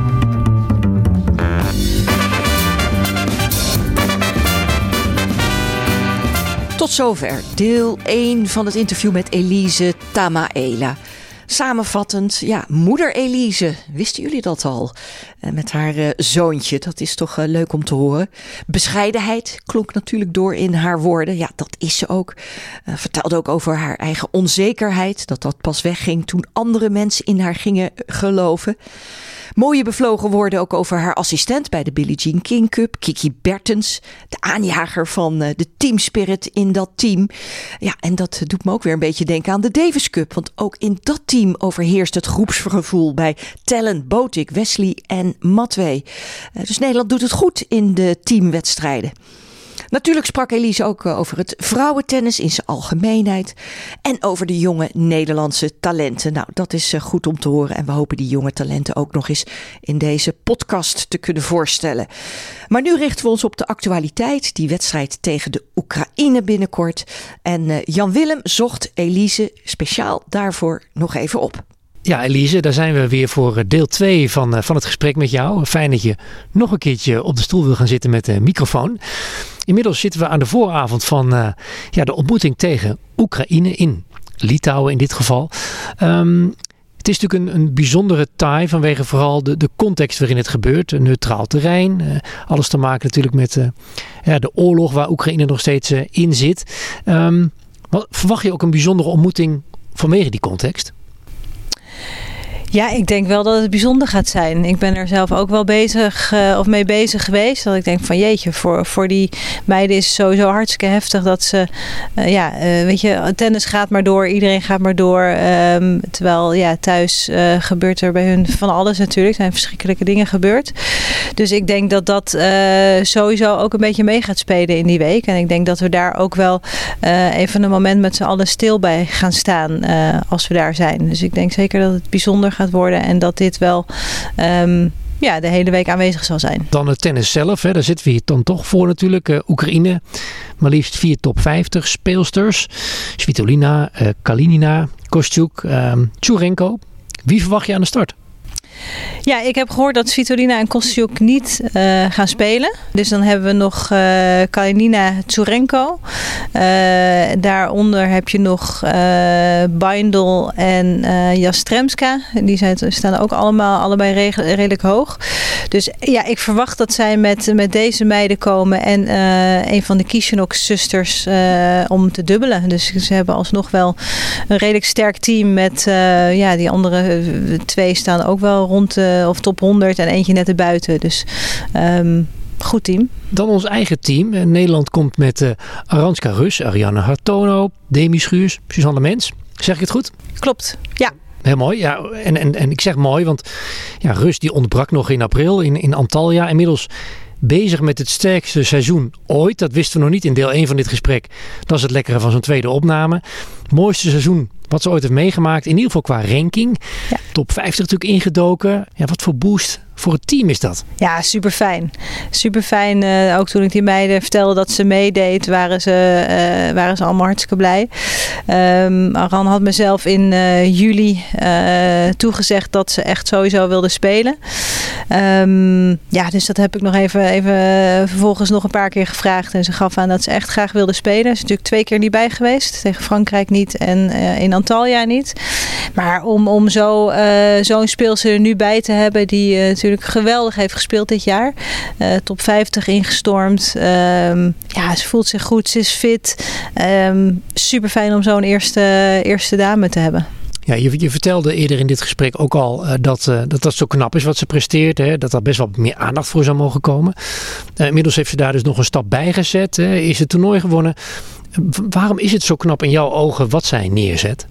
Speaker 3: Tot zover deel één van het interview met Elise Tamaela. Samenvattend, ja, moeder Elise, wisten jullie dat al? Uh, met haar uh, zoontje, dat is toch uh, leuk om te horen. Bescheidenheid klonk natuurlijk door in haar woorden. Ja, dat is ze ook. Uh, vertelde ook over haar eigen onzekerheid, dat dat pas wegging toen andere mensen in haar gingen geloven. Mooie bevlogen woorden ook over haar assistent bij de Billie Jean King Cup, Kiki Bertens, de aanjager van de teamspirit in dat team. Ja, en dat doet me ook weer een beetje denken aan de Davis Cup, want ook in dat team overheerst het groepsgevoel bij Tellen, Botic, Wesley en Matwee. Dus Nederland doet het goed in de teamwedstrijden. Natuurlijk sprak Elise ook over het vrouwentennis in zijn algemeenheid en over de jonge Nederlandse talenten. Nou, dat is goed om te horen en we hopen die jonge talenten ook nog eens in deze podcast te kunnen voorstellen. Maar nu richten we ons op de actualiteit, die wedstrijd tegen de Oekraïne binnenkort. En Jan Willem zocht Elise speciaal daarvoor nog even op.
Speaker 1: Ja, Elise, daar zijn we weer voor deel twee van, van het gesprek met jou. Fijn dat je nog een keertje op de stoel wil gaan zitten met de microfoon. Inmiddels zitten we aan de vooravond van uh, ja, de ontmoeting tegen Oekraïne in Litouwen in dit geval. Um, Het is natuurlijk een, een bijzondere taai vanwege vooral de, de context waarin het gebeurt. Een neutraal terrein. Uh, alles te maken natuurlijk met uh, ja, de oorlog waar Oekraïne nog steeds uh, in zit. Um, wat, verwacht je ook een bijzondere ontmoeting vanwege die context?
Speaker 2: Ja, ik denk wel dat het bijzonder gaat zijn. Ik ben er zelf ook wel bezig uh, of mee bezig geweest. Dat ik denk van jeetje, voor, voor die meiden is het sowieso hartstikke heftig dat ze, uh, ja, uh, weet je, tennis gaat maar door, iedereen gaat maar door. Um, terwijl ja, thuis uh, gebeurt er bij hun van alles natuurlijk. Er zijn verschrikkelijke dingen gebeurd. Dus ik denk dat dat uh, sowieso ook een beetje mee gaat spelen in die week. En ik denk dat we daar ook wel uh, even een moment met z'n allen stil bij gaan staan uh, als we daar zijn. Dus ik denk zeker dat het bijzonder gaat worden en dat dit wel um, ja, de hele week aanwezig zal zijn.
Speaker 1: Dan het tennis zelf, hè, daar zitten we hier dan toch voor natuurlijk. Uh, Oekraïne, maar liefst vier top vijftig speelsters. Svitolina, uh, Kalinina, Kostyuk, uh, Tjurenko. Wie verwacht je aan de start?
Speaker 2: Ja, ik heb gehoord dat Svitolina en Kostyuk niet uh, gaan spelen. Dus dan hebben we nog uh, Kalinina, Tjurenko. Uh, daaronder heb je nog uh, Bindel en uh, Jastremska. Die zijn, staan ook allemaal allebei re- redelijk hoog. Dus ja, ik verwacht dat zij met, met deze meiden komen. En uh, een van de Kishenok-zusters uh, om te dubbelen. Dus ze hebben alsnog wel een redelijk sterk team. Met uh, ja, die andere uh, twee staan ook wel rond uh, of top honderd en eentje net erbuiten. Dus um, goed team.
Speaker 1: Dan ons eigen team. Nederland komt met uh, Arantxa Rus, Ariane Hartono, Demi Schuurs, Suzanne Mens. Zeg ik het goed?
Speaker 2: Klopt, ja.
Speaker 1: Heel mooi. Ja, en, en, en ik zeg mooi, want ja, Rus die ontbrak nog in april in, in Antalya. Inmiddels bezig met het sterkste seizoen ooit. Dat wisten we nog niet in deel één van dit gesprek. Dat is het lekkere van zo'n tweede opname. Het mooiste seizoen wat ze ooit heeft meegemaakt. In ieder geval qua ranking. Ja. Top vijftig natuurlijk ingedoken. Ja, wat voor boost voor het team is dat?
Speaker 2: Ja, super fijn. Super fijn. Uh, ook toen ik die meiden vertelde dat ze meedeed, waren ze, uh, waren ze allemaal hartstikke blij. Um, Aran had mezelf in uh, juli uh, toegezegd dat ze echt sowieso wilde spelen. Um, ja, dus dat heb ik nog even, even uh, vervolgens nog een paar keer gevraagd. En ze gaf aan dat ze echt graag wilde spelen. Ze is natuurlijk twee keer niet bij geweest. Tegen Frankrijk niet en uh, in Antalya niet. Maar om, om zo, uh, zo'n speelster er nu bij te hebben die uh, natuurlijk geweldig heeft gespeeld dit jaar. Uh, top vijftig ingestormd. Um, ja, ze voelt zich goed. Ze is fit. Um, super fijn om zo'n eerste, eerste dame te hebben.
Speaker 1: Ja, je, je vertelde eerder in dit gesprek ook al uh, dat, uh, dat dat zo knap is wat ze presteert. Hè? Dat daar best wel meer aandacht voor zou mogen komen. Uh, inmiddels heeft ze daar dus nog een stap bij gezet. Hè? Is het toernooi gewonnen. Uh, waarom is het zo knap in jouw ogen wat zij neerzet?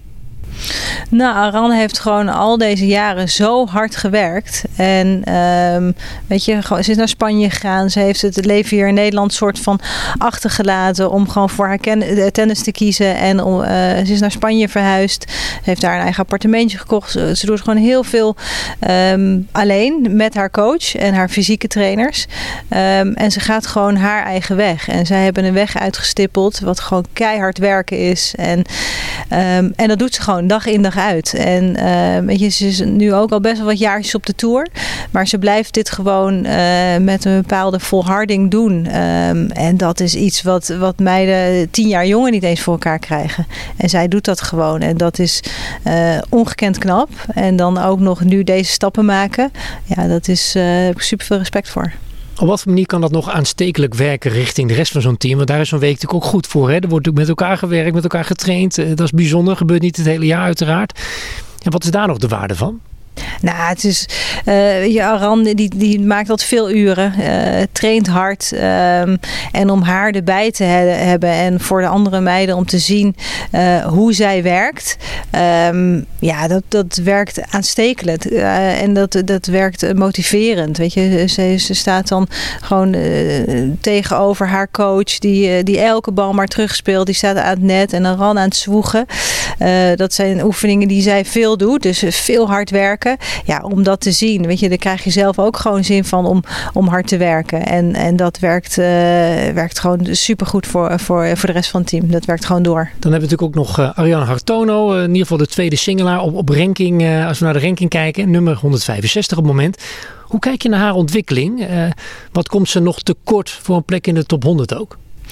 Speaker 2: Nou, Aran heeft gewoon al deze jaren zo hard gewerkt. En um, weet je, ze is naar Spanje gegaan. Ze heeft het leven hier in Nederland soort van achtergelaten om gewoon voor haar ken- tennis te kiezen. En om, uh, ze is naar Spanje verhuisd. Ze heeft daar een eigen appartementje gekocht. Ze, ze doet gewoon heel veel um, alleen met haar coach en haar fysieke trainers. Um, en ze gaat gewoon haar eigen weg. En zij hebben een weg uitgestippeld wat gewoon keihard werken is. En, um, en dat doet ze gewoon dag in dag uit. En uh, weet je, ze is nu ook al best wel wat jaartjes op de tour. Maar ze blijft dit gewoon uh, met een bepaalde volharding doen. Um, en dat is iets wat, wat meiden tien jaar jonger niet eens voor elkaar krijgen. En zij doet dat gewoon. En dat is uh, ongekend knap. En dan ook nog nu deze stappen maken. Ja, dat is, uh, heb ik super veel respect voor.
Speaker 1: Op wat voor manier kan dat nog aanstekelijk werken richting de rest van zo'n team? Want daar is zo'n week natuurlijk ook goed voor. Hè? Er wordt natuurlijk met elkaar gewerkt, met elkaar getraind. Dat is bijzonder. Gebeurt niet het hele jaar uiteraard. En wat is daar nog de waarde van?
Speaker 2: Nou, het is, uh, je Aran die, die maakt dat veel uren, uh, traint hard. Um, en om haar erbij te he- hebben en voor de andere meiden om te zien uh, hoe zij werkt. Um, ja, dat, dat werkt aanstekelijk. Uh, en dat, dat werkt motiverend. Weet je, ze, ze staat dan gewoon uh, tegenover haar coach die, uh, die elke bal maar terugspeelt. Die staat aan het net en Aran aan het zwoegen. Uh, dat zijn oefeningen die zij veel doet. Dus veel hard werken. Ja, om dat te zien. Weet je, daar krijg je zelf ook gewoon zin van om, om hard te werken. En, en dat werkt, uh, werkt gewoon supergoed voor, voor, voor de rest van het team. Dat werkt gewoon door.
Speaker 1: Dan hebben we natuurlijk ook nog uh, Ariane Hartono. Uh, in ieder geval de tweede singelaar op, op ranking. Uh, als we naar de ranking kijken. Nummer honderdvijfenzestig op het moment. Hoe kijk je naar haar ontwikkeling? Uh, wat komt ze nog tekort voor een plek in de top honderd ook?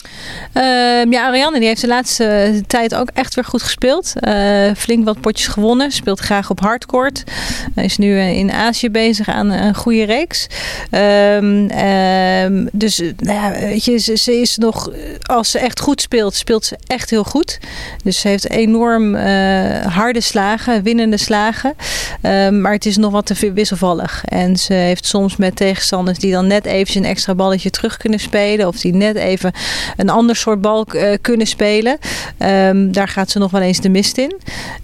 Speaker 2: Uh, ja, Arianne die heeft de laatste tijd ook echt weer goed gespeeld. Uh, flink wat potjes gewonnen. Speelt graag op hardcourt. Uh, is nu in Azië bezig aan een goede reeks. Um, um, dus nou ja, weet je, ze, ze is nog, als ze echt goed speelt, speelt ze echt heel goed. Dus ze heeft enorm uh, harde slagen, winnende slagen. Um, maar het is nog wat te wisselvallig. En ze heeft soms met tegenstanders die dan net even een extra balletje terug kunnen spelen. Of die net even een ander soort bal uh, kunnen spelen. Um, daar gaat ze nog wel eens de mist in.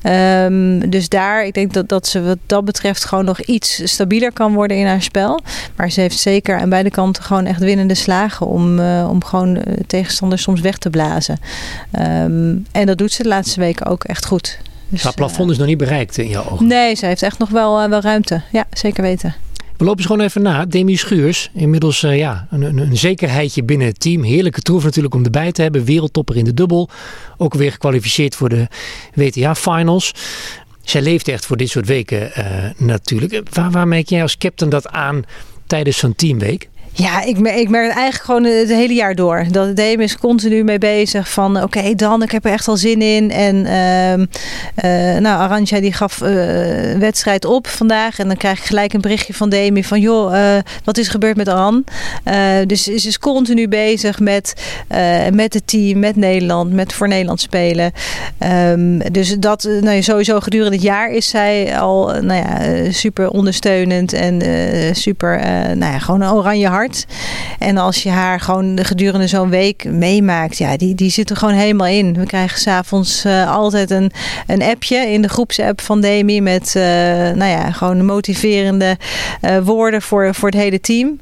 Speaker 2: Um, dus daar, ik denk dat, dat ze wat dat betreft gewoon nog iets stabieler kan worden in haar spel. Maar ze heeft zeker aan beide kanten gewoon echt winnende slagen om, uh, om gewoon uh, tegenstanders soms weg te blazen. Um, en dat doet ze de laatste weken ook echt goed. Dus,
Speaker 1: haar plafond uh, is nog niet bereikt in jouw ogen?
Speaker 2: Nee, ze heeft echt nog wel, uh, wel ruimte. Ja, zeker weten.
Speaker 1: We lopen eens gewoon even na. Demi Schuurs, inmiddels uh, ja, een, een, een zekerheidje binnen het team. Heerlijke troef natuurlijk om erbij te hebben. Wereldtopper in de dubbel. Ook weer gekwalificeerd voor de W T A-finals. Zij leeft echt voor dit soort weken uh, natuurlijk. Waar, waar merk jij als captain dat aan tijdens zo'n teamweek?
Speaker 2: Ja, ik merk, ik merk het eigenlijk gewoon het hele jaar door. Dat Demi is continu mee bezig van oké okay, dan, ik heb er echt al zin in. En uh, uh, nou, Arantxa die gaf uh, wedstrijd op vandaag. En dan krijg ik gelijk een berichtje van Demi van joh, uh, wat is er gebeurd met Aran? Uh, dus ze is continu bezig met, uh, met het team, met Nederland, met voor Nederland spelen. Um, dus dat, nou, sowieso gedurende het jaar is zij al nou ja, super ondersteunend en uh, super, uh, nou ja, gewoon een oranje hart. En als je haar gewoon gedurende zo'n week meemaakt, ja, die, die zit er gewoon helemaal in. We krijgen 's avonds uh, altijd een, een appje in de groepsapp van Demi met uh, nou ja, gewoon motiverende uh, woorden voor, voor het hele team.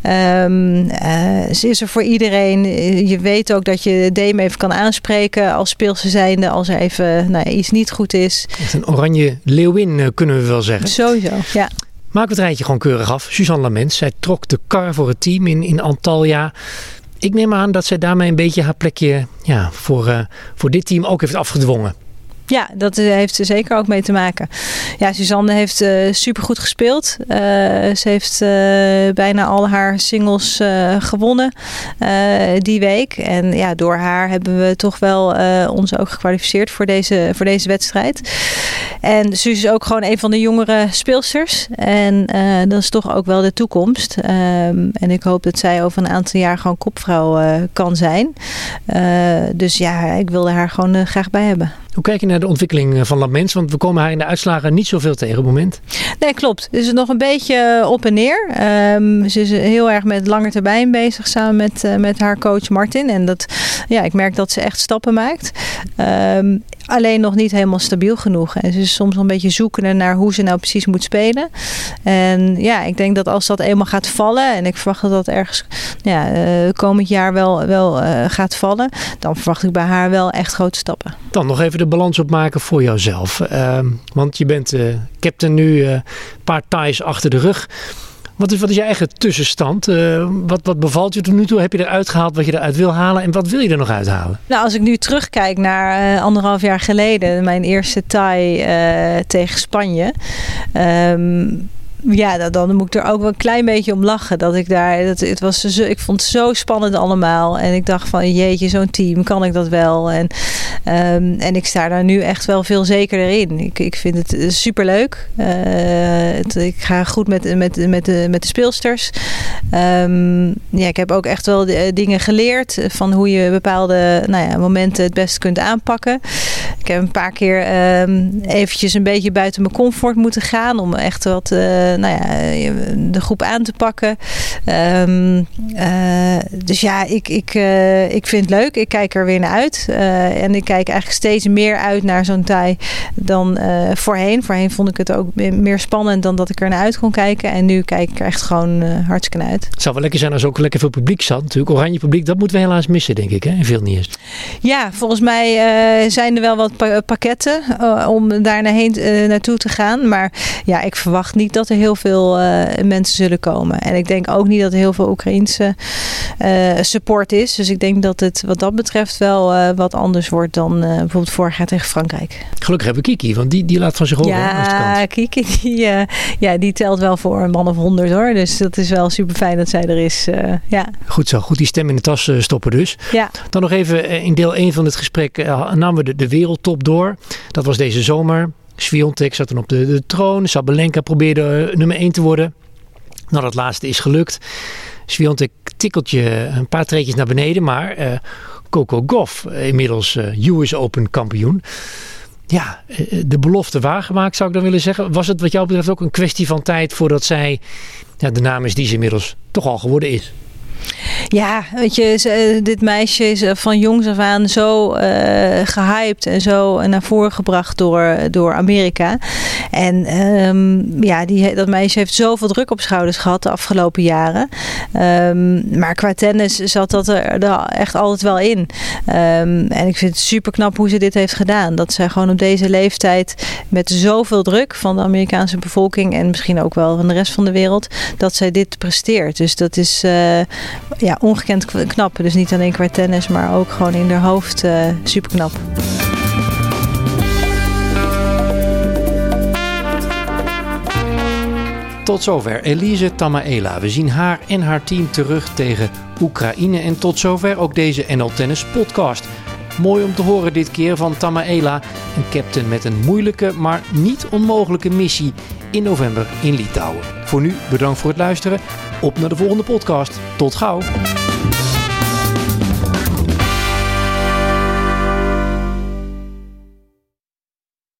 Speaker 2: Um, uh, ze is er voor iedereen. Je weet ook dat je Demi even kan aanspreken als speelster zijnde als er even nou ja, iets niet goed is.
Speaker 1: Echt een oranje leeuwin kunnen we wel zeggen.
Speaker 2: Sowieso, ja.
Speaker 1: Maken we het rijtje gewoon keurig af. Suzanne Lamens, zij trok de kar voor het team in, in Antalya. Ik neem aan dat zij daarmee een beetje haar plekje ja, voor, uh, voor dit team ook heeft afgedwongen.
Speaker 2: Ja, dat heeft er zeker ook mee te maken. Ja, Suzanne heeft uh, supergoed gespeeld. Uh, ze heeft uh, bijna al haar singles uh, gewonnen uh, die week. En ja, door haar hebben we toch wel uh, ons ook gekwalificeerd voor deze, voor deze wedstrijd. En Suus is ook gewoon een van de jongere speelsters. En uh, dat is toch ook wel de toekomst. Um, en ik hoop dat zij over een aantal jaar gewoon kopvrouw uh, kan zijn. Uh, dus ja, ik wilde haar gewoon uh, graag bij hebben.
Speaker 1: Hoe kijk je naar de ontwikkeling van Lamens? Want we komen haar in de uitslagen niet zoveel tegen op het moment.
Speaker 2: Nee, klopt. Het is nog een beetje op en neer. Um, ze is heel erg met lange termijn bezig samen met, uh, met haar coach Martin. En dat, ja, ik merk dat ze echt stappen maakt. Um, alleen nog niet helemaal stabiel genoeg. En ze is soms een beetje zoekende naar hoe ze nou precies moet spelen. En ja, ik denk dat als dat eenmaal gaat vallen, en ik verwacht dat dat ergens ja, uh, komend jaar wel, wel uh, gaat vallen, dan verwacht ik bij haar wel echt grote stappen.
Speaker 1: Dan nog even de balans opmaken voor jouzelf. Uh, want je bent uh, captain nu, een uh, paar ties achter de rug. Wat is, wat is je eigen tussenstand? Uh, wat, wat bevalt je tot nu toe? Heb je eruit gehaald wat je eruit wil halen? En wat wil je er nog uithalen?
Speaker 2: Nou, als ik nu terugkijk naar uh, anderhalf jaar geleden, mijn eerste tie uh, tegen Spanje. Um, Ja, dan moet ik er ook wel een klein beetje om lachen. Dat ik daar, dat, het was zo, ik vond het zo spannend allemaal. En ik dacht van jeetje, zo'n team, kan ik dat wel? En, um, en ik sta daar nu echt wel veel zekerder in. Ik, ik vind het superleuk. Uh, het, ik ga goed met, met, met, de, met de speelsters. Um, ja, ik heb ook echt wel de, dingen geleerd van hoe je bepaalde nou ja, momenten het best kunt aanpakken. Ik heb een paar keer um, eventjes een beetje buiten mijn comfort moeten gaan om echt wat uh, nou ja, de groep aan te pakken. Um, uh, dus ja, ik, ik, uh, ik vind het leuk. Ik kijk er weer naar uit. Uh, en ik kijk eigenlijk steeds meer uit naar zo'n tie dan uh, voorheen. Voorheen vond ik het ook meer spannend dan dat ik er naar uit kon kijken. En nu kijk ik er echt gewoon uh, hartstikke naar uit.
Speaker 1: Het zou wel lekker zijn als er ook lekker veel publiek zat. Natuurlijk, oranje publiek, dat moeten we helaas missen, denk ik, hè? In veel niet.
Speaker 2: Ja, volgens mij uh, zijn er wel wat pa- pakketten uh, om daar naarheen, uh, naartoe te gaan. Maar ja, ik verwacht niet dat er heel veel uh, mensen zullen komen. En ik denk ook niet dat er heel veel Oekraïense uh, support is. Dus ik denk dat het wat dat betreft wel uh, wat anders wordt dan uh, bijvoorbeeld vorig jaar tegen Frankrijk.
Speaker 1: Gelukkig hebben we Kiki, want die, die laat van zich horen.
Speaker 2: Ja, Kiki die, uh, ja, die telt wel voor een man of honderd hoor. Dus dat is wel super fijn dat zij er is. Uh, ja.
Speaker 1: Goed zo, goed die stem in de tas uh, stoppen dus.
Speaker 2: Ja.
Speaker 1: Dan nog even uh, in deel één van het gesprek uh, namen we de, de wereldtop door. Dat was deze zomer. Swiatek zat dan op de, de troon. Sabalenka probeerde uh, nummer één te worden. Nou, dat laatste is gelukt. Swiatek tikkelt je een paar treetjes naar beneden. Maar uh, Coco Gauff, uh, inmiddels uh, U S Open kampioen. Ja, uh, de belofte waargemaakt zou ik dan willen zeggen. Was het wat jou betreft ook een kwestie van tijd voordat zij ja, de naam is die ze inmiddels toch al geworden is?
Speaker 2: Ja, weet je, dit meisje is van jongs af aan zo uh, gehyped en zo naar voren gebracht door, door Amerika. En um, ja, die, dat meisje heeft zoveel druk op schouders gehad de afgelopen jaren. Um, maar qua tennis zat dat er, er echt altijd wel in. Um, en ik vind het super knap hoe ze dit heeft gedaan. Dat zij gewoon op deze leeftijd met zoveel druk van de Amerikaanse bevolking en misschien ook wel van de rest van de wereld, dat zij dit presteert. Dus dat is uh, ja, ongekend knap. Dus niet alleen qua tennis, maar ook gewoon in haar hoofd uh, super knap.
Speaker 1: Tot zover Elise Tamaela. We zien haar en haar team terug tegen Oekraïne. En tot zover ook deze N L Tennis podcast. Mooi om te horen dit keer van Tamaela, een captain met een moeilijke, maar niet onmogelijke missie in november in Litouwen. Voor nu bedankt voor het luisteren. Op naar de volgende podcast. Tot gauw.